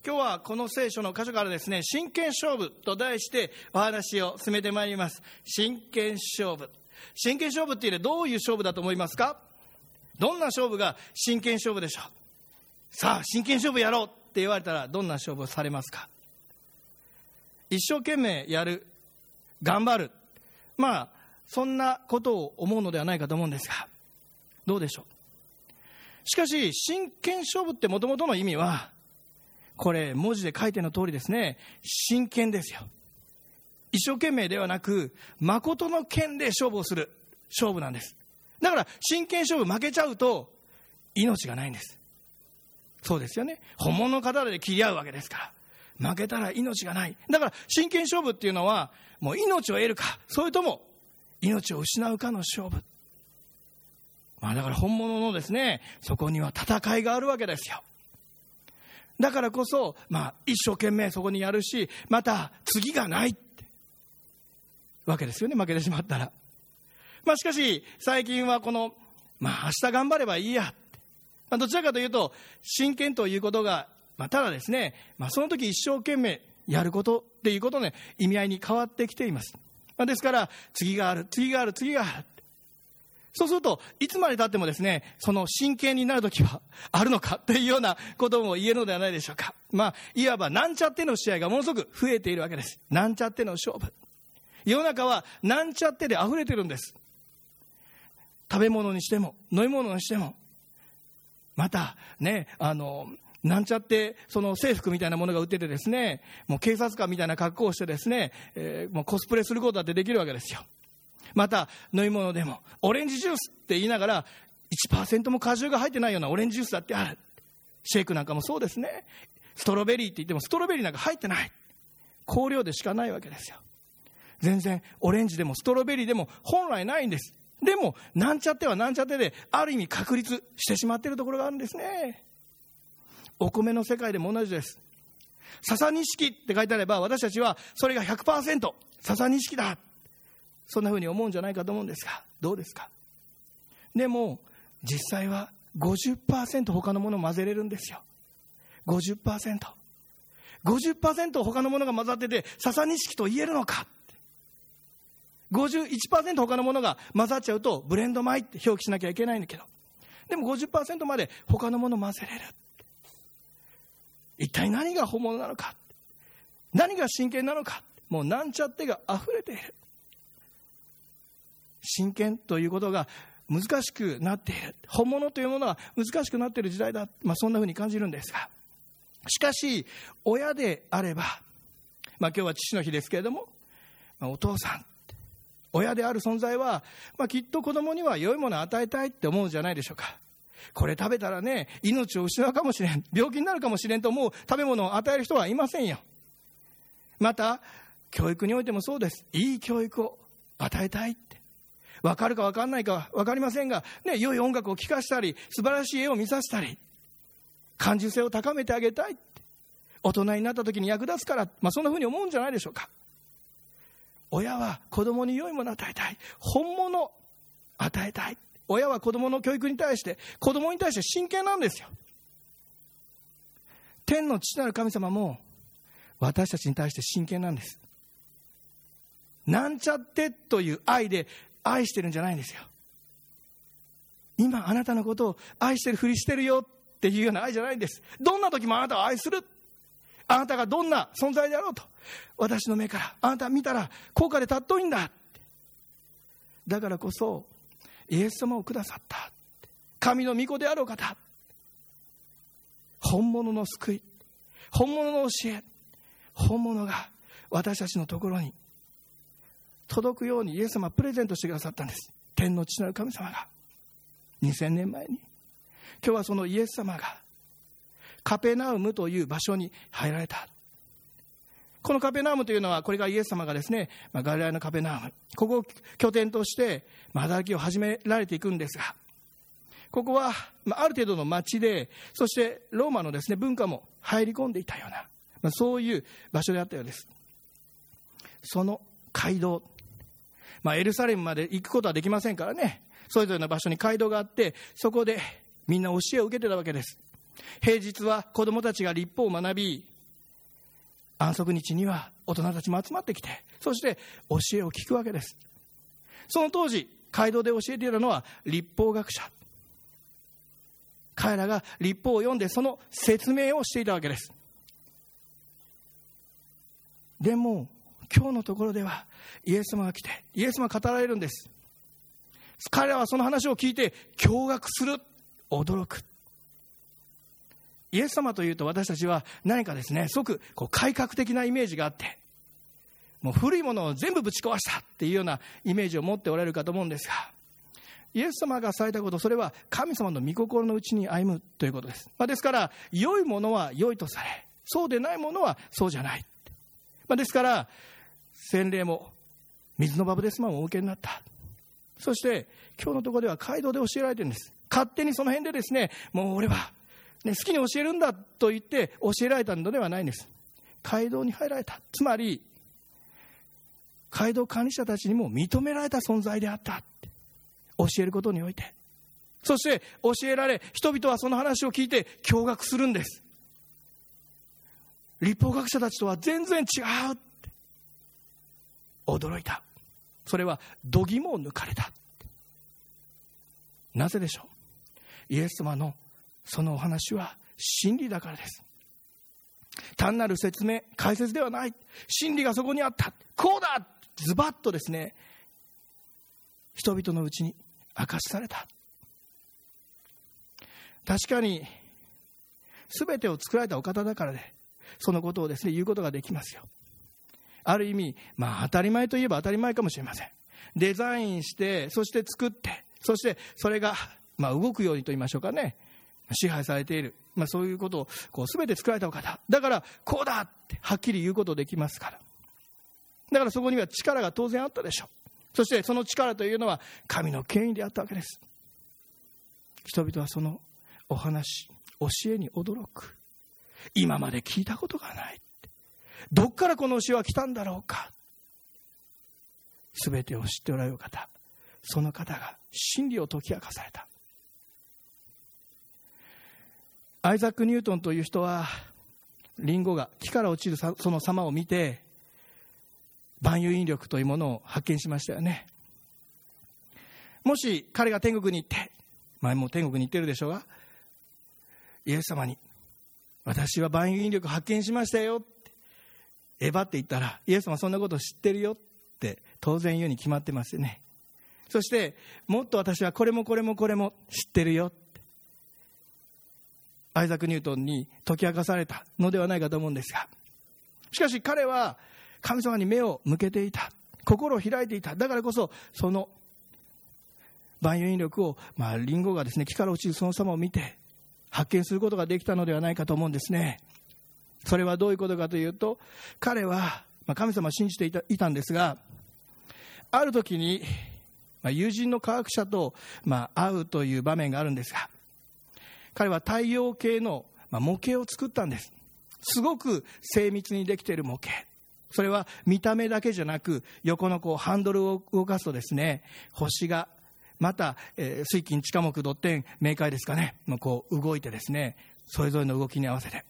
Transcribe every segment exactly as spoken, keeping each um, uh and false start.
今日はこの聖書の箇所からですね、真剣勝負と題してお話を進めてまいります。真剣勝負。真剣勝負っていうのはどういう勝負だと思いますか？どんな勝負が真剣勝負でしょう？さあ、真剣勝負やろうって言われたらどんな勝負をされますか？一生懸命やる、頑張る、まあそんなことを思うのではないかと思うんですが、どうでしょう？しかし真剣勝負ってもともとの意味は、これ文字で書いての通りですね、真剣ですよ。一生懸命ではなく、誠の剣で勝負をする勝負なんです。だから真剣勝負負けちゃうと命がないんです。そうですよね。本物の刀で切り合うわけですから、負けたら命がない。だから真剣勝負っていうのは、もう命を得るか、それとも命を失うかの勝負。まあだから本物のですね、そこには戦いがあるわけですよ。だからこそ、まあ一生懸命そこにやるし、また次がないってわけですよね、負けてしまったら。まあしかし最近はこの、まあ明日頑張ればいいやって、まあ、どちらかというと真剣ということが、まあ、ただですね、まあ、その時一生懸命やることっていうことの、ね、意味合いに変わってきています。まあ、ですから次がある次がある次がある、そうするといつまで経ってもですね、その真剣になる時はあるのかというようなことも言えるのではないでしょうか。まあいわばなんちゃっての試合がものすごく増えているわけです。なんちゃっての勝負。世の中はなんちゃってで溢れてるんです。食べ物にしても飲み物にしても、またね、あのなんちゃってその制服みたいなものが売っててですね、もう警察官みたいな格好をしてですね、えー、もうコスプレすることだってできるわけですよ。また飲み物でもオレンジジュースって言いながら いちパーセント も果汁が入ってないようなオレンジジュースだってある。シェイクなんかもそうですね。ストロベリーって言ってもストロベリーなんか入ってない、香料でしかないわけですよ。全然オレンジでもストロベリーでも本来ないんです。でもなんちゃってはなんちゃってで、ある意味確立してしまっているところがあるんですね。お米の世界でも同じです。笹錦って書いてあれば、私たちはそれが ひゃくパーセント 笹錦だ、そんなふうに思うんじゃないかと思うんですが、どうですか？でも実際は ごじゅっパーセント 他のものを混ぜれるんですよ。 ごじゅっパーセント ごじゅっパーセント 他のものが混ざってて笹錦と言えるのか。ごじゅういちパーセント 他のものが混ざっちゃうとブレンド米って表記しなきゃいけないんだけど、でも ごじゅっパーセント まで他のものを混ぜれる。一体何が本物なのか、何が真剣なのか、もうなんちゃってが溢れている。真剣ということが難しくなっている、本物というものが難しくなっている時代だ、まあ、そんなふうに感じるんですが、しかし親であれば、まあ、今日は父の日ですけれども、まあ、お父さん、親である存在は、まあ、きっと子供には良いものを与えたいって思うんじゃないでしょうか。これ食べたらね、命を失うかもしれん、病気になるかもしれんと思う食べ物を与える人はいませんよ。また教育においてもそうです。いい教育を与えたいって、分かるか分かんないか分かりませんが、ね、良い音楽を聴かせたり、素晴らしい絵を見させたり、感受性を高めてあげたいって、大人になった時に役立つから、まあ、そんなふうに思うんじゃないでしょうか。親は子供に良いものを与えたい、本物を与えたい。親は子供の教育に対して、子供に対して真剣なんですよ。天の父なる神様も私たちに対して真剣なんです。なんちゃってという愛で愛してるんじゃないんですよ。今あなたのことを愛してるふりしてるよっていうような愛じゃないんです。どんな時もあなたを愛する。あなたがどんな存在であろうと、私の目からあなた見たら高価で尊いんだ。だからこそイエス様をくださった神の御子であるお方、本物の救い、本物の教え、本物が私たちのところに届くようにイエス様はプレゼントしてくださったんです。天の父なる神様がにせんねんまえに。今日はそのイエス様がカペナウムという場所に入られた。このカペナウムというのは、これがイエス様がですね、まあ、ガリラヤのカペナウム、ここを拠点として、まあ、働きを始められていくんですが、ここは、まあ、ある程度の町で、そしてローマのですね文化も入り込んでいたような、まあ、そういう場所であったようです。その街道、まあ、エルサレムまで行くことはできませんからね、それぞれの場所に街道があって、そこでみんな教えを受けてたわけです。平日は子どもたちが律法を学び、 安息日には大人たちも集まってきて、そして教えを聞くわけです。その当時街道で教えていたのは律法学者。彼らが律法を読んでその説明をしていたわけです。でも今日のところではイエス様が来て、イエス様が語られるんです。彼らはその話を聞いて驚愕する、驚く。イエス様というと私たちは何かですね、即こう改革的なイメージがあって、もう古いものを全部ぶち壊したっていうようなイメージを持っておられるかと思うんですが、イエス様がされたこと、それは神様の御心のうちに歩むということです。まあ、ですから良いものは良いとされ、そうでないものはそうじゃない。まあ、ですから洗礼も水のバプテスマもお受けになった。そして今日のところでは街道で教えられてるんです。勝手にその辺でですね、もう俺は、ね、好きに教えるんだと言って教えられたのではないんです。街道に入られた。つまり街道管理者たちにも認められた存在であった。教えることにおいて。そして教えられ、人々はその話を聞いて驚愕するんです。律法学者たちとは全然違う。驚いた。それは度肝を抜かれた。なぜでしょう。イエス様のそのお話は真理だからです。単なる説明、解説ではない。真理がそこにあった。こうだ、ズバッとですね、人々のうちに明かしされた。確かに全てを作られたお方だからで、そのことをですね言うことができますよ。ある意味、まあ当たり前といえば当たり前かもしれません。デザインして、そして作って、そしてそれがまあ動くようにと言いましょうかね、支配されている、まあ、そういうことをこう全て作られたお方だから、こうだってはっきり言うことできますから。だからそこには力が当然あったでしょう。そしてその力というのは神の権威であったわけです。人々はそのお話、教えに驚く。今まで聞いたことがない。どっからこの教えは来たんだろうか。すべてを知っておられる方、その方が真理を解き明かされた。アイザック・ニュートンという人は、リンゴが木から落ちるその様を見て、万有引力というものを発見しましたよね。もし彼が天国に行って、前も天国に行ってるでしょうが、イエス様に私は万有引力発見しましたよってえばって言ったら、イエス様はそんなことを知ってるよって当然言うに決まってますよね。そしてもっと私はこれもこれもこれも知ってるよってアイザック・ニュートンに解き明かされたのではないかと思うんですが、しかし彼は神様に目を向けていた、心を開いていた。だからこそその万有引力を、まあ、リンゴがですね木から落ちるその様を見て発見することができたのではないかと思うんですね。それはどういうことかというと、彼は、まあ、神様を信じていた、いたんですが、ある時に、まあ、友人の科学者と、まあ、会うという場面があるんですが、彼は太陽系の、まあ、模型を作ったんです。すごく精密にできている模型。それは見た目だけじゃなく、横のこうハンドルを動かすとですね、星がまた、えー、水金地下木土天明快ですかね、こう動いてですね、それぞれの動きに合わせて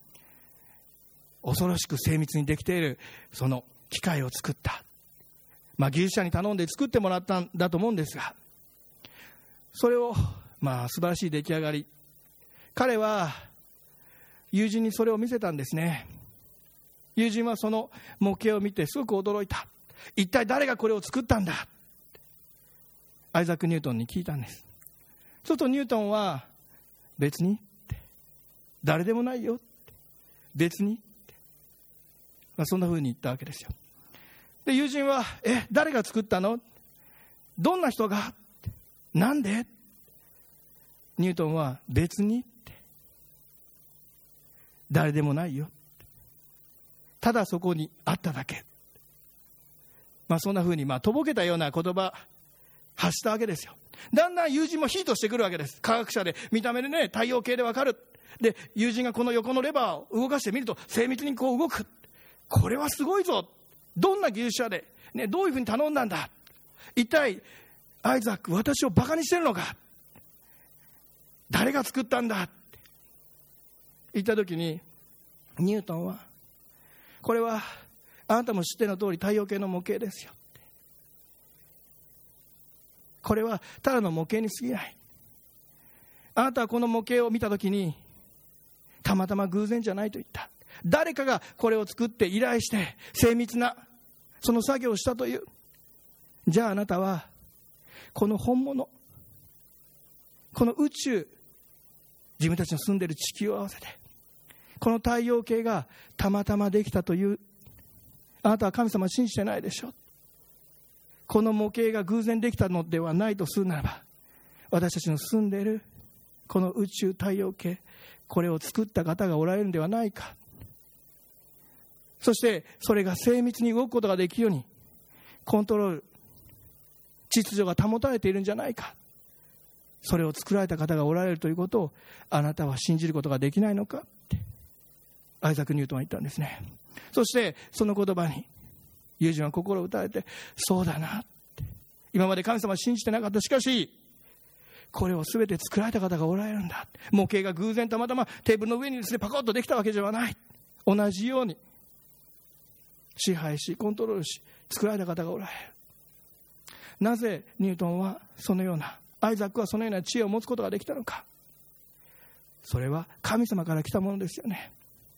恐ろしく精密にできているその機械を作った、まあ、技術者に頼んで作ってもらったんだと思うんですが、それをまあ素晴らしい出来上がり、彼は友人にそれを見せたんですね。友人はその模型を見てすごく驚いた。一体誰がこれを作ったんだ。アイザック・ニュートンに聞いたんです。そうするとニュートンは、別に誰でもないよ、別に、まあ、そんな風に言ったわけですよ。で友人は、え誰が作ったの、どんな人が、なんで。ニュートンは、別に誰でもないよ、ただそこにあっただけ、まあ、そんな風にまあとぼけたような言葉発したわけですよ。だんだん友人もヒートしてくるわけです。科学者で見た目でね、太陽系でわかる。で友人がこの横のレバーを動かしてみると精密にこう動く。これはすごいぞ。どんな技術者で、ね、どういうふうに頼んだんだ。一体アイザック、私をバカにしてるのか。誰が作ったんだって言った時に、ニュートンはこれはあなたも知っての通り太陽系の模型ですよ。これはただの模型に過ぎない。あなたはこの模型を見たときにたまたま偶然じゃないと言った。誰かがこれを作って依頼して精密なその作業をしたという。じゃああなたはこの本物、この宇宙、自分たちの住んでいる地球を合わせてこの太陽系がたまたまできたという、あなたは神様を信じてないでしょう。この模型が偶然できたのではないとするならば、私たちの住んでいるこの宇宙太陽系、これを作った方がおられるのではないか。そしてそれが精密に動くことができるようにコントロール、秩序が保たれているんじゃないか。それを作られた方がおられるということをあなたは信じることができないのかってアイザック・ニュートンは言ったんですね。そしてその言葉に友人は心を打たれて、そうだなって、今まで神様は信じてなかった。しかしこれを全て作られた方がおられるんだ。模型が偶然たまたまテーブルの上にですねパコッとできたわけではない。同じように支配しコントロールし作られた方がおられる。なぜニュートンはそのような、アイザックはそのような知恵を持つことができたのか。それは神様から来たものですよね。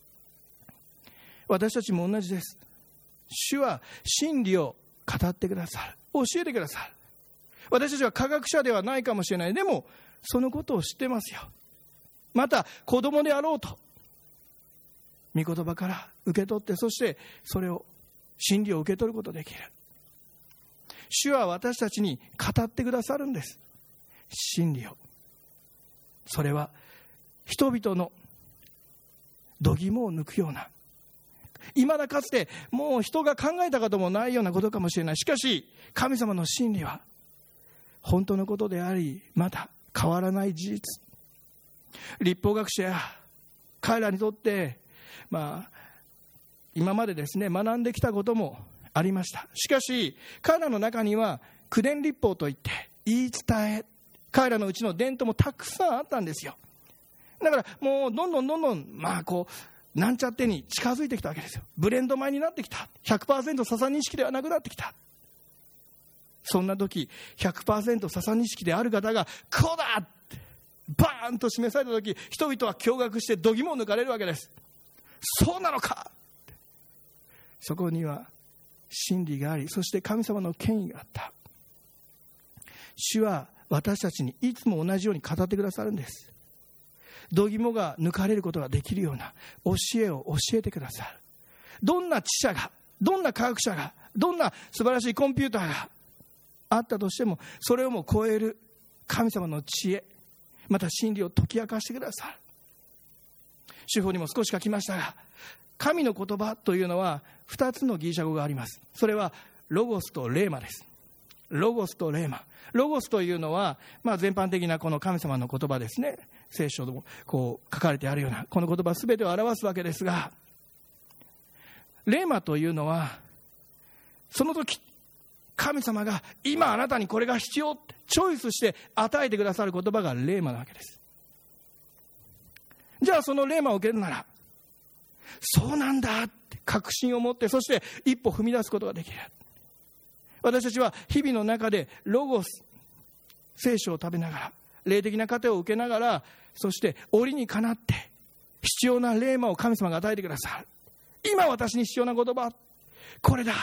私たちも同じです。主は真理を語ってくださる、教えてくださる。私たちは科学者ではないかもしれない。でもそのことを知ってますよ。また子供であろうと御言葉から受け取って、そしてそれを真理を受け取ることができる。主は私たちに語ってくださるんです、真理を。それは人々の度肝を抜くような、いまだかつてもう人が考えたこともないようなことかもしれない。しかし神様の真理は本当のことであり、また変わらない事実。律法学者や彼らにとってまあ今までですね学んできたこともありました。しかし彼らの中には口伝律法といって言い伝え、彼らのうちの伝統もたくさんあったんですよ。だからもうどんどんどんどんまあこうなんちゃってに近づいてきたわけですよ。ブレンド米になってきた。 ひゃくパーセント 笹錦ではなくなってきた。そんな時 ひゃくパーセント 笹錦である方がこうだってバーンと示された時、人々は驚愕して度肝を抜かれるわけです。そうなのか。そこには真理があり、そして神様の権威があった。主は私たちにいつも同じように語ってくださるんです。度肝が抜かれることができるような教えを教えてくださる。どんな知者が、どんな科学者が、どんな素晴らしいコンピューターがあったとしても、それをも超える神様の知恵、また真理を解き明かしてくださる。手法にも少し書きましたが、神の言葉というのはふたつのギリシャ語があります。それはロゴスとレーマです。ロゴスとレーマ。ロゴスというのは、まあ、全般的なこの神様の言葉ですね。聖書でもこう書かれてあるようなこの言葉すべてを表すわけですが、レーマというのはその時神様が今あなたにこれが必要ってチョイスして与えてくださる言葉がレーマなわけです。じゃあそのレーマを受けるなら、そうなんだって確信を持って、そして一歩踏み出すことができる。私たちは日々の中でロゴス、聖書を食べながら、霊的な糧を受けながら、そして折にかなって必要なレーマを神様が与えてくださる。今私に必要な言葉、これだって、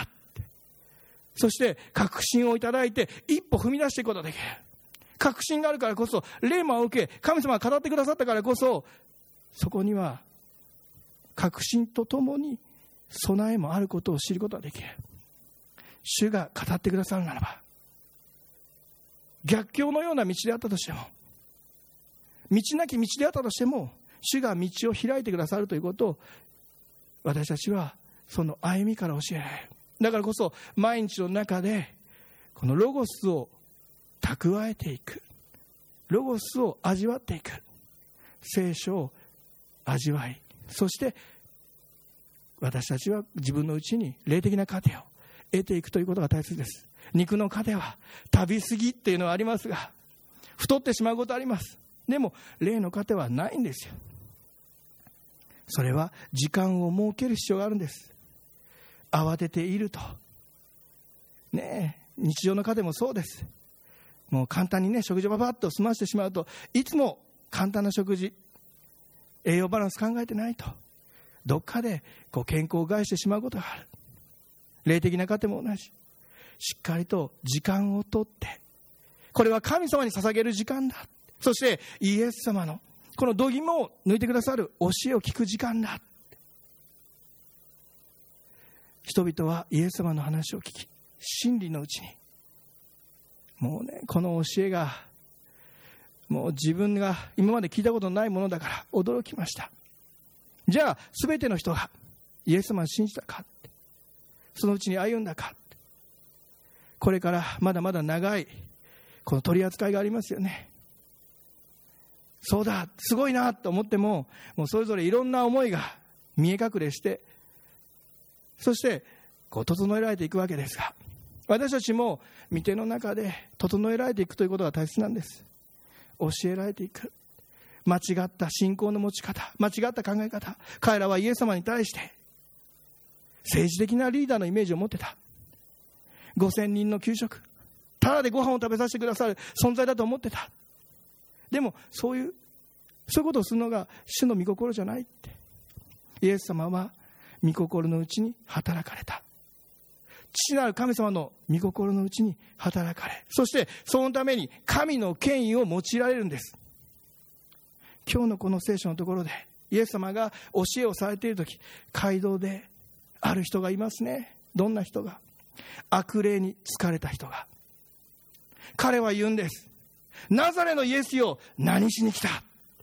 そして確信をいただいて一歩踏み出していくことができる。確信があるからこそ、レーマを受け神様が語ってくださったからこそ、そこには確信とともに備えもあることを知ることができる。主が語ってくださるならば、逆境のような道であったとしても、道なき道であったとしても、主が道を開いてくださるということを私たちはその歩みから教えられる。だからこそ毎日の中でこのロゴスを蓄えていく、ロゴスを味わっていく、聖書を味わい、そして私たちは自分のうちに霊的な糧を得ていくということが大切です。肉の糧は食べ過ぎっていうのはありますが、太ってしまうことあります。でも霊の糧はないんですよ。それは時間を設ける必要があるんです。 慌てているとねえ、日常の家でもそうです。もう簡単にね食事をパパッと済ましてしまうと、いつも簡単な食事、栄養バランス考えてないと、どっかでこう健康を害してしまうことがある。霊的な家庭も同じ。しっかりと時間をとって、これは神様に捧げる時間だ。そしてイエス様のこの度肝を抜いてくださる教えを聞く時間だ。人々はイエス様の話を聞き、真理のうちにもうね、この教えがもう自分が今まで聞いたことのないものだから驚きました。じゃあ全ての人がイエス様を信じたか、そのうちに歩んだか。これからまだまだ長いこの取り扱いがありますよね。そうだ、すごいなと思っても、もうそれぞれいろんな思いが見え隠れして、そしてこう整えられていくわけですが、私たちも御手の中で整えられていくということが大切なんです。教えられていく。間違った信仰の持ち方、間違った考え方。彼らはイエス様に対して政治的なリーダーのイメージを持ってた。ごせんにんの給食、ただでご飯を食べさせてくださる存在だと思ってた。でもそういうそういうことをするのが主の御心じゃないって。イエス様は御心のうちに働かれた。父なる神様の御心のうちに働かれ、そしてそのために神の権威を用いられるんです。今日のこの聖書のところでイエス様が教えをされているとき、街道である人がいますね。どんな人が？悪霊に疲れた人が。彼は言うんです。ナザレのイエスよ、何しに来た？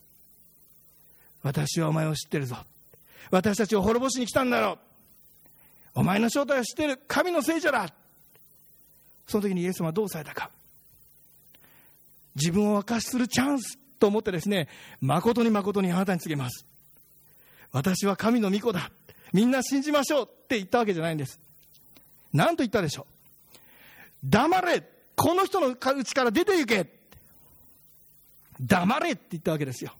私はお前を知ってるぞ。私たちを滅ぼしに来たんだろう。お前の正体を知っている神の聖者だ。その時にイエス様はどうされたか。自分を明かしするチャンスと思ってですね、誠に誠にあなたに告げます。私は神の御子だ。みんな信じましょうって言ったわけじゃないんです。何と言ったでしょう。黙れ、この人のうちから出て行け。黙れって言ったわけですよ。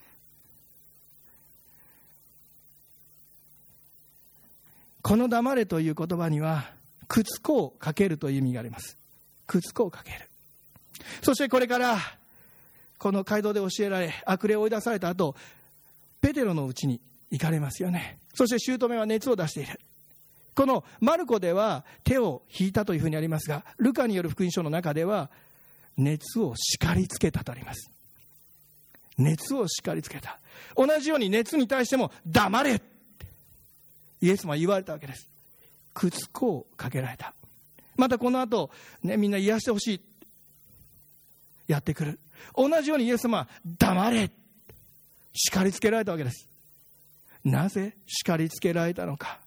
この黙れという言葉には屈服をかけるという意味があります。屈服をかける。そしてこれからこの街道で教えられ悪霊を追い出された後、ペテロのうちに行かれますよね。そして姑は熱を出している。このマルコでは手を引いたというふうにありますが、ルカによる福音書の中では熱を叱りつけたとあります。熱を叱りつけた。同じように熱に対しても黙れってイエス様は言われたわけです。屈服をかけられた。またこの後、ね、みんな癒してほしいやってくる。同じようにイエス様は黙れ叱りつけられたわけです。なぜ叱りつけられたのか。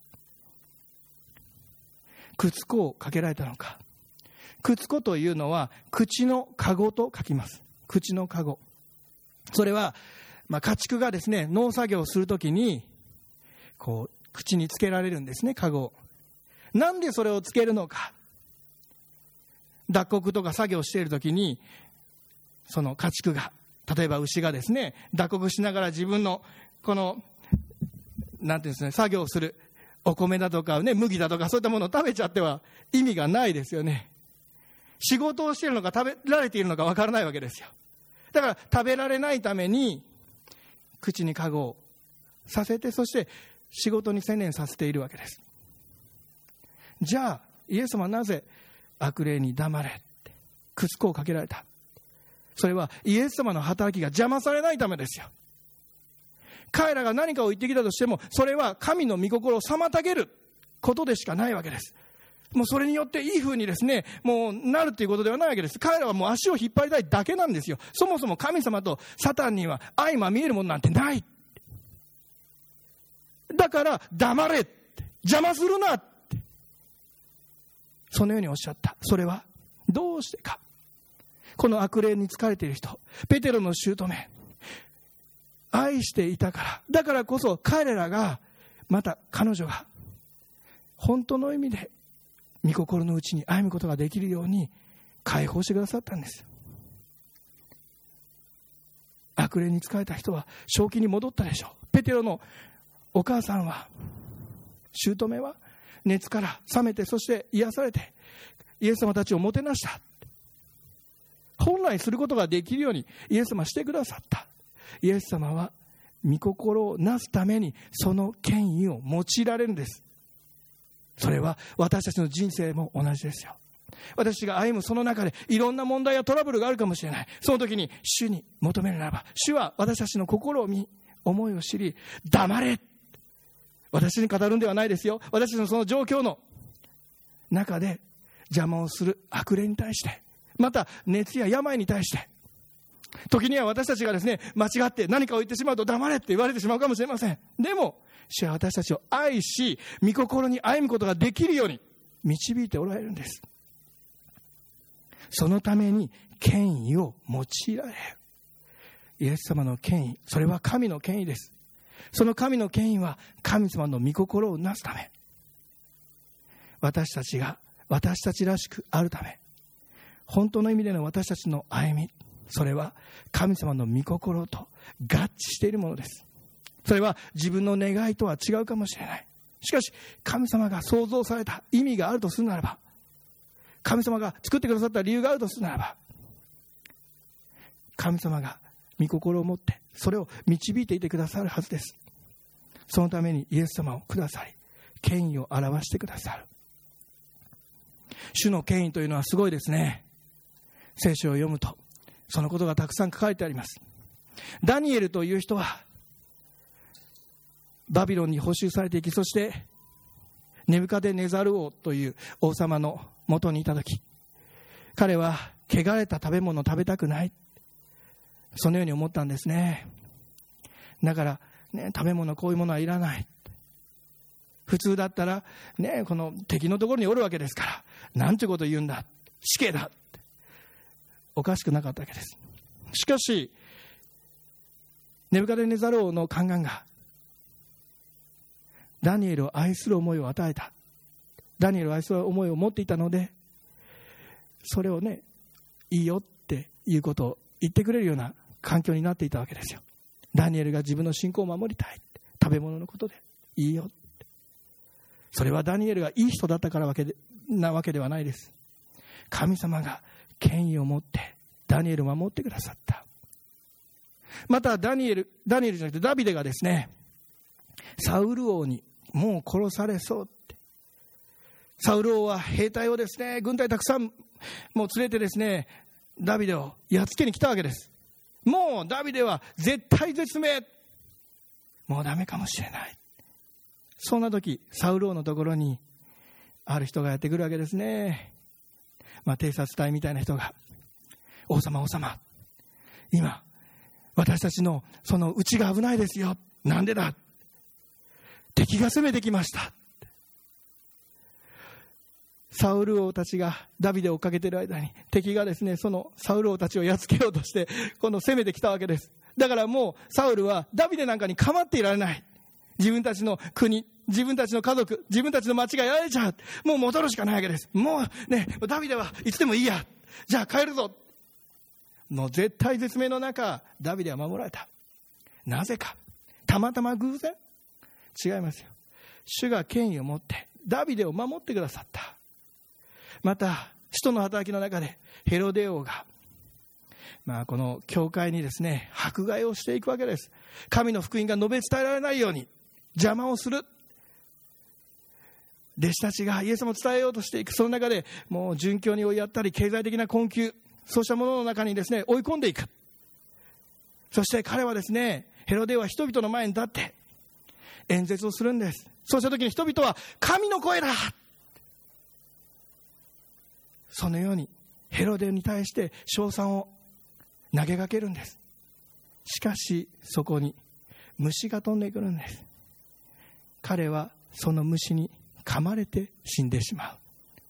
屈服をかけられたのか。屈服というのは口の籠と書きます。口の籠。それは、まあ、家畜がですね、農作業をするときにこう口につけられるんですね、籠を。なんでそれをつけるのか。脱穀とか作業しているときに、その家畜が、例えば牛がですね、脱穀しながら自分のこのなんていうんですね、作業をするお米だとかね、麦だとかそういったものを食べちゃっては意味がないですよね。仕事をしているのか食べられているのかわからないわけですよ。だから食べられないために口に籠をさせて、そして仕事に専念させているわけです。じゃあイエス様はなぜ悪霊に黙れって屈服をかけられた。それはイエス様の働きが邪魔されないためですよ。彼らが何かを言ってきたとしても、それは神の御心を妨げることでしかないわけです。もうそれによっていい風にですね、もうなるということではないわけです。彼らはもう足を引っ張りたいだけなんですよ。そもそも神様とサタンには相まみえるものなんてない。だから黙れって、邪魔するなって、そのようにおっしゃった。それはどうしてか。この悪霊に疲れている人、ペテロの姑、愛していたから。だからこそ彼らが、また彼女が本当の意味で御心のうちに歩むことができるように解放してくださったんです。悪霊に疲れた人は正気に戻ったでしょう。ペテロのお母さんは、姑は熱から冷めて、そして癒されてイエス様たちをもてなした。本来することができるようにイエス様してくださった。イエス様は御心をなすためにその権威を用いられるんです。それは私たちの人生も同じですよ。私が歩むその中でいろんな問題やトラブルがあるかもしれない。その時に主に求めるならば、主は私たちの心を見、思いを知り、黙れ、私に語るんではないですよ。私たちのその状況の中で邪魔をする悪霊に対して、また熱や病に対して、時には私たちがですね、間違って何かを言ってしまうと黙れって言われてしまうかもしれません。でも主は私たちを愛し、御心に歩むことができるように導いておられるんです。そのために権威を用いられる。イエス様の権威、それは神の権威です。その神の権威は神様の御心をなすため、私たちが私たちらしくあるため、本当の意味での私たちの歩み、それは神様の御心と合致しているものです。それは自分の願いとは違うかもしれない。しかし神様が創造された意味があるとするならば、神様が作ってくださった理由があるとするならば、神様が御心を持ってそれを導いていてくださるはずです。そのためにイエス様をくださり、権威を表してくださる。主の権威というのはすごいですね。聖書を読むとそのことがたくさん書かれてあります。ダニエルという人はバビロンに捕囚されていき、そしてネブカデネザル王という王様の元にいたとき、彼は汚れた食べ物を食べたくない、そのように思ったんですね。だから、ね、食べ物こういうものはいらない。普通だったら、ね、この敵のところにおるわけですから、なんてことを言うんだ、死刑だ、おかしくなかったわけです。しかしネブカデネザル王の宦官がダニエルを愛する思いを与えた。ダニエルを愛する思いを持っていたので、それをね、いいよっていうことを言ってくれるような環境になっていたわけですよ。ダニエルが自分の信仰を守りたい、食べ物のことでいいよって。それはダニエルがいい人だったからわけでなわけではないです。神様が権威を持ってダニエルを守ってくださった。またダニエルダニエルじゃなくてダビデがですね、サウル王にもう殺されそうって、サウル王は兵隊をですね、軍隊たくさんもう連れてですね、ダビデをやっつけに来たわけです。もうダビデは絶体絶命、もうダメかもしれない。そんな時サウル王のところにある人がやってくるわけですね。まあ偵察隊みたいな人が、王様王様、今私たちのそのうちが危ないですよ。なんでだ、敵が攻めてきました。サウル王たちがダビデを追っかけている間に、敵がですね、そのサウル王たちをやっつけようとして今度攻めてきたわけです。だからもうサウルはダビデなんかに構っていられない。自分たちの国、自分たちの家族、自分たちの町がやられちゃう。もう戻るしかないわけです。もうね、ダビデはいつでもいいや、じゃあ帰るぞの絶体絶命の中、ダビデは守られた。なぜか、たまたま偶然？違いますよ。主が権威を持ってダビデを守ってくださった。また使徒の働きの中でヘロデ王が、まあ、この教会にですね、迫害をしていくわけです。神の福音が述べ伝えられないように邪魔をする。弟子たちがイエス様を伝えようとしていく、その中でもう殉教に追いやったり、経済的な困窮、そうしたものの中にですね、追い込んでいく。そして彼はですね、ヘロデ王は人々の前に立って演説をするんです。そうした時に人々は神の声だ、そのようにヘロデに対して称賛を投げかけるんです。しかしそこに虫が飛んでくるんです。彼はその虫に噛まれて死んでしまう。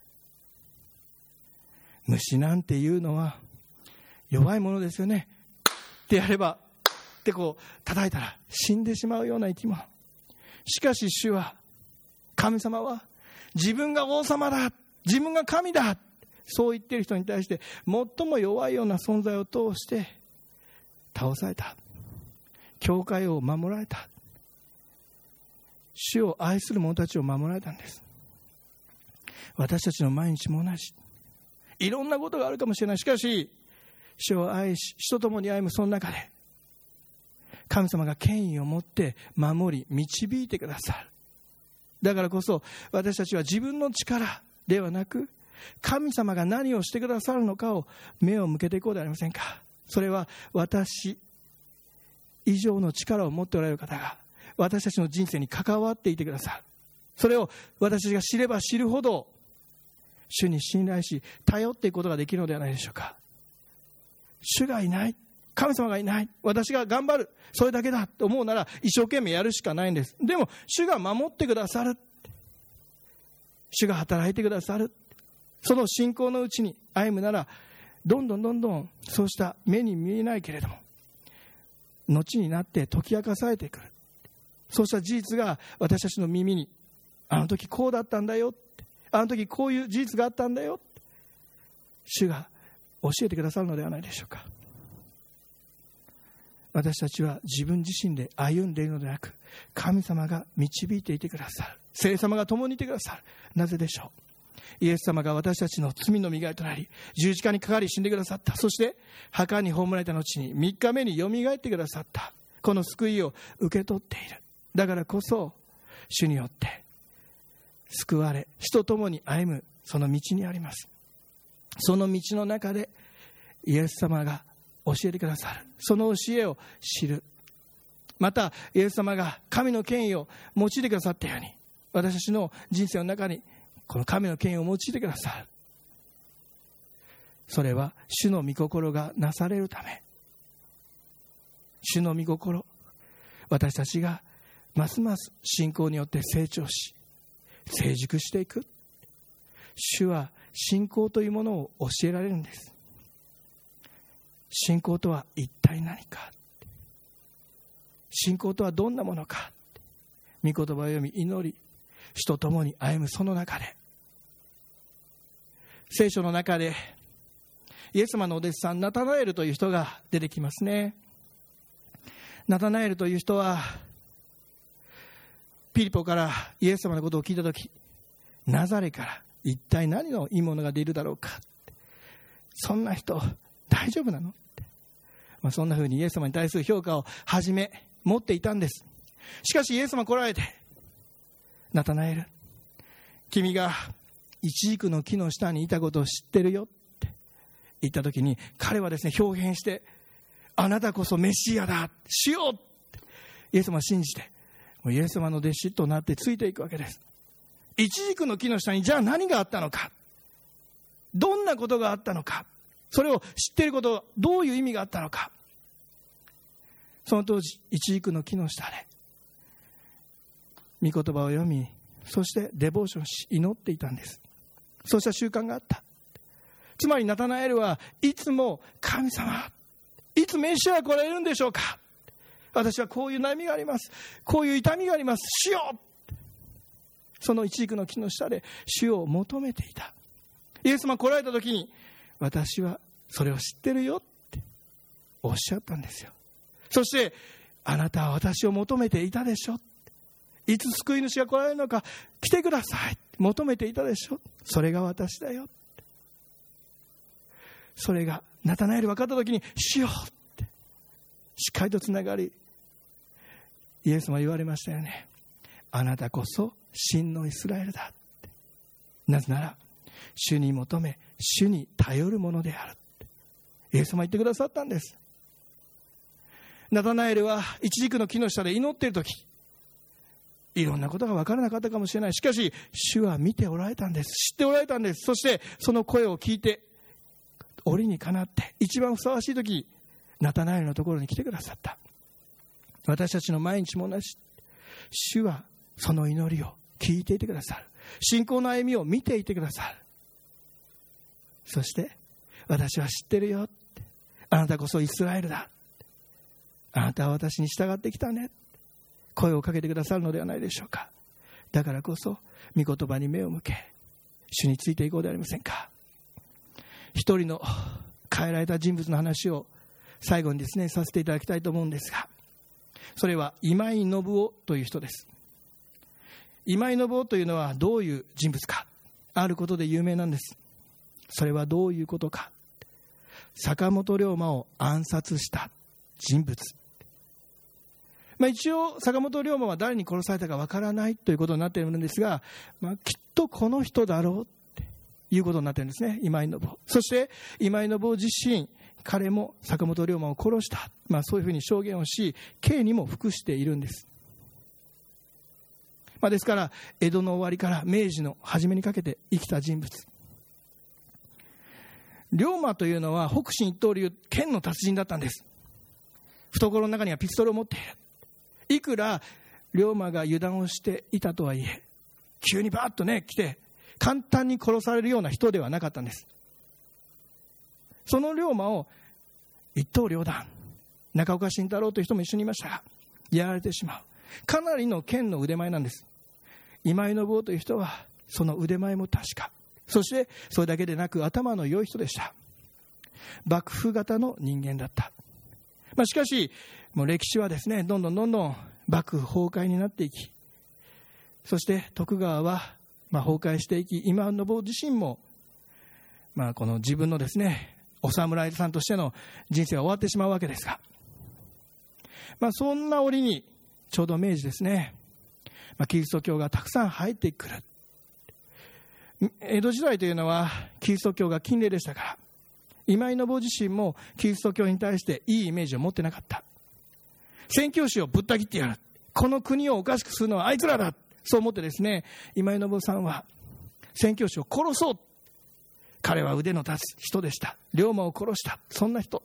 虫なんていうのは弱いものですよね。ってやればってこう叩いたら死んでしまうような生き物。しかし主は、神様は自分が王様だ、自分が神だ、そう言っている人に対して最も弱いような存在を通して倒された。教会を守られた。主を愛する者たちを守られたんです。 私たちの毎日も同じ。いろんなことがあるかもしれない。しかし主を愛し、主と共に歩むその中で神様が権威を持って守り導いてくださる。だからこそ私たちは自分の力ではなく、神様が何をしてくださるのかを目を向けていこうではありませんか。それは私以上の力を持っておられる方が私たちの人生に関わっていてくださる。それを私たちが知れば知るほど主に信頼し頼っていくことができるのではないでしょうか。主がいない、神様がいない、私が頑張る、それだけだと思うなら一生懸命やるしかないんです。でも主が守ってくださる、主が働いてくださる、その信仰のうちに歩むなら、どんどんどんどんそうした目に見えないけれども後になって解き明かされてくる、そうした事実が私たちの耳に、あの時こうだったんだよ、あの時こういう事実があったんだよ、主が教えてくださるのではないでしょうか。私たちは自分自身で歩んでいるのではなく、神様が導いていてくださる、聖様が共にいてくださる。なぜでしょう。イエス様が私たちの罪の身代わりとなり十字架にかかり死んでくださった。そして墓に葬られた後にみっかめによみがえってくださった。この救いを受け取っている。だからこそ主によって救われ、主と共に歩むその道にあります。その道の中でイエス様が教えてくださる、その教えを知る。またイエス様が神の権威を用いてくださったように、私たちの人生の中にこの神の権威を用いてくださる。それは主の御心がなされるため。主の御心、私たちがますます信仰によって成長し成熟していく。主は信仰というものを教えられるんです。信仰とは一体何か、信仰とはどんなものか、御言葉を読み祈り、主と共に歩むその中で、聖書の中でイエス様のお弟子さんナタナエルという人が出てきますね。ナタナエルという人はピリポからイエス様のことを聞いたとき、ナザレから一体何のいいものが出るだろうか、そんな人大丈夫なのって、まあ、そんなふうにイエス様に対する評価を初め持っていたんです。しかしイエス様来られて、ナタナエル、君がイチジクの木の下にいたことを知ってるよって言ったときに、彼はですね表現して、あなたこそメシアだ、主よってイエス様を信じて、イエス様の弟子となってついていくわけです。イチジクの木の下にじゃあ何があったのか、どんなことがあったのか、それを知っていること、どういう意味があったのか。その当時イチジクの木の下で御言葉を読み、そしてデボーションし祈っていたんです。そうした習慣があった。つまりナタナエルはいつも、神様、いつメシアが来られるんでしょうか、私はこういう悩みがあります、こういう痛みがあります、主よ。そのイチジクの木の下で主を求めていた。イエス様が来られた時に、私はそれを知ってるよっておっしゃったんですよ。そして、あなたは私を求めていたでしょ、いつ救い主が来られるのか来てください、求めていたでしょ、それが私だよ。それがナタナエル分かった時に、主よってしっかりとつながり、イエス様言われましたよね。あなたこそ真のイスラエルだって。なぜなら主に求め主に頼るものであるってイエス様言ってくださったんです。ナタナエルはイチジクの木の下で祈っている時、いろんなことが分からなかったかもしれない。しかし主は見ておられたんです。知っておられたんです。そしてその声を聞いて、折にかなって一番ふさわしい時にナタナエルのところに来てくださった。私たちの毎日も同じ。主はその祈りを聞いていてくださる。信仰の歩みを見ていてくださる。そして私は知ってるよって、あなたこそイスラエルだ、あなたは私に従ってきたね、声をかけてくださるのではないでしょうか。だからこそ御言葉に目を向け、主についていこうではありませんか。一人の変えられた人物の話を最後にですねさせていただきたいと思うんですが、それは今井信夫という人です。今井信夫というのはどういう人物か。 あることで有名なんです。それはどういうことか。坂本龍馬を暗殺した人物。まあ、一応坂本龍馬は誰に殺されたかわからないということになっているんですが、まあ、きっとこの人だろうっていうことになっているんですね。今井信夫。そして今井信夫自身、彼も坂本龍馬を殺した、まあ、そういうふうに証言をし、刑にも服しているんです。まあ、ですから江戸の終わりから明治の初めにかけて生きた人物。龍馬というのは北辰一刀流、剣の達人だったんです。懐の中にはピストルを持っている。いくら龍馬が油断をしていたとはいえ、急にバーッとね来て簡単に殺されるような人ではなかったんです。その龍馬を一刀両断、中岡慎太郎という人も一緒にいましたが、やられてしまう。かなりの剣の腕前なんです。今井信夫という人はその腕前も確か、そしてそれだけでなく頭の良い人でした。幕府型の人間だった。まあ、しかしもう歴史はですね、どんどんどんどん幕府崩壊になっていき、そして徳川はまあ崩壊していき、今井信夫自身もまあこの自分のですねお侍さんとしての人生が終わってしまうわけですが、まあ、そんな折にちょうど明治ですね、まあ、キリスト教がたくさん入ってくる。江戸時代というのはキリスト教が禁令でしたから、今井信夫自身もキリスト教に対していいイメージを持ってなかった。宣教師をぶった切ってやる、この国をおかしくするのはあいつらだ、そう思ってですね、今井信夫さんは宣教師を殺そう。彼は腕の立つ人でした。龍馬を殺した、そんな人。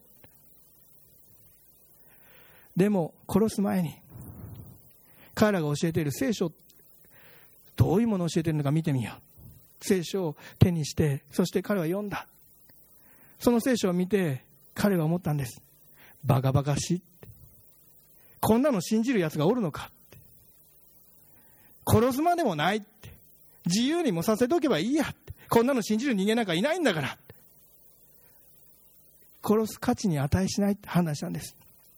でも殺す前に彼らが教えている聖書、どういうものを教えているのか見てみよう。聖書を手にして、そして彼は読んだ。その聖書を見て彼は思ったんです。バカバカしい、こんなの信じるやつがおるのか、殺すまでもないって、自由にもさせておけばいいやって、こんなの信じる人間なんかいないんだから、殺す価値に値しないって判断したんです。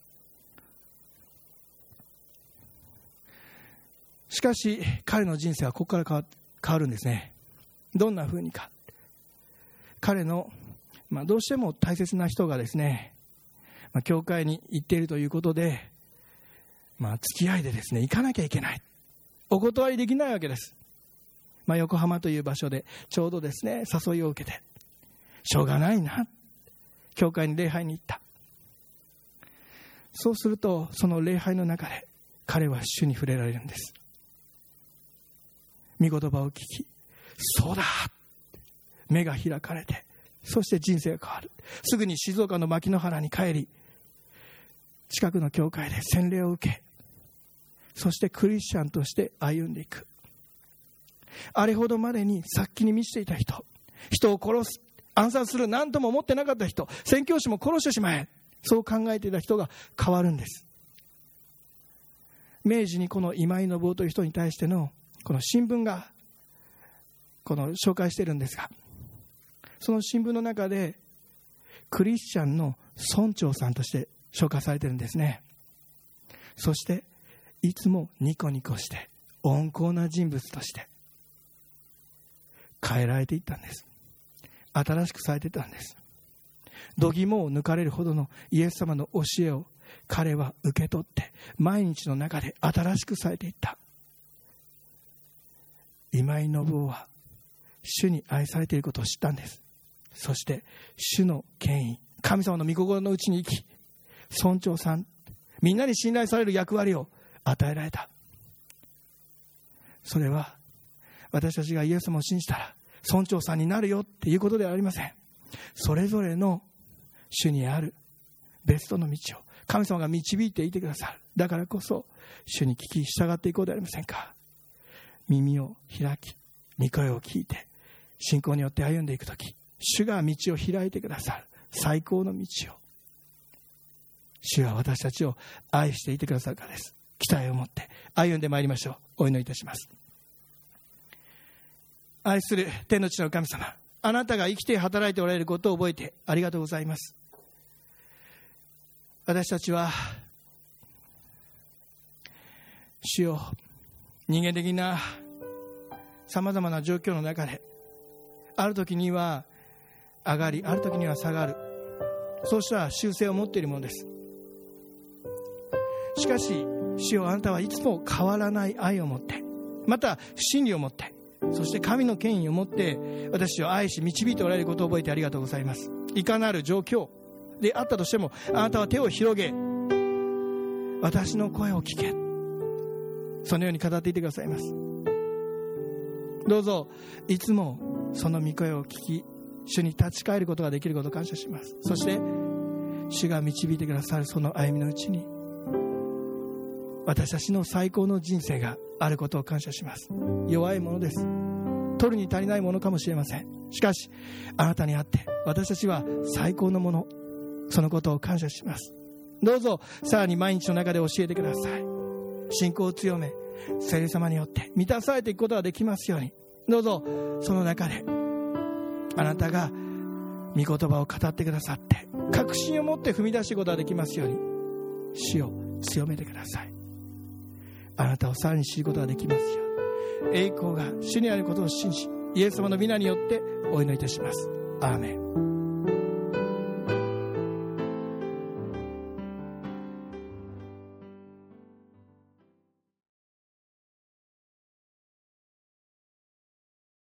しかし彼の人生はここから変わ、変わるんですね。どんな風にか。彼の、まあ、どうしても大切な人がですね、まあ、教会に行っているということで、まあ、付き合いでですね行かなきゃいけない、お断りできないわけです。まあ、横浜という場所でちょうどですね誘いを受けて、しょうがないな、教会に礼拝に行った。そうするとその礼拝の中で彼は主に触れられるんです。御言葉を聞き、そうだ、目が開かれて、そして人生が変わる。すぐに静岡の牧之原に帰り、近くの教会で洗礼を受け、そしてクリスチャンとして歩んでいく。あれほどまでに殺気に満ちていた人、人を殺す、暗殺する、何とも思ってなかった人、宣教師も殺してしまえ、そう考えていた人が変わるんです。明治にこの今井信夫という人に対してのこの新聞がこの紹介しているんですが、その新聞の中でクリスチャンの村長さんとして紹介されているんですね。そしていつもニコニコして温厚な人物として変えられていったんです。新しくされていったんです。度肝を抜かれるほどのイエス様の教えを彼は受け取って毎日の中で新しくされていった。今井信夫は主に愛されていることを知ったんです。そして主の権威、神様の御心のうちに生き、村長さん、みんなに信頼される役割を与えられた。それは私たちがイエス様を信じたら村長さんになるよっていうことではありません。それぞれの主にあるベストの道を神様が導いていてくださる。だからこそ主に聞き従っていこうではありませんか。耳を開き、御声を聞いて信仰によって歩んでいくとき、主が道を開いてくださる最高の道を、主は私たちを愛していてくださるからです。期待を持って歩んでまいりましょう。お祈りいたします。愛する天の地の神様、あなたが生きて働いておられることを覚えてありがとうございます。私たちは主よ、人間的なさまざまな状況の中である時には上がり、ある時には下がる、そうした習性を持っているものです。しかし主よ、あなたはいつも変わらない愛を持って、また真理を持って、そして神の権威を持って私を愛し導いておられることを覚えてありがとうございます。いかなる状況であったとしても、あなたは手を広げ、私の声を聞け、そのように語っていてくださいます。どうぞいつもその御声を聞き、主に立ち返ることができることを感謝します。そして主が導いてくださるその歩みのうちに、私たちの最高の人生があることを感謝します。弱いものです。取るに足りないものかもしれません。しかしあなたにあって私たちは最高のもの、そのことを感謝します。どうぞさらに毎日の中で教えてください。信仰を強め、聖霊様によって満たされていくことができますように。どうぞその中であなたが御言葉を語ってくださって、確信を持って踏み出していくことができますように、主を強めてください。あなたをさらに知ることができますように。栄光が主にあることを信じ、イエス様の皆によってお祈りいたします。アーメン。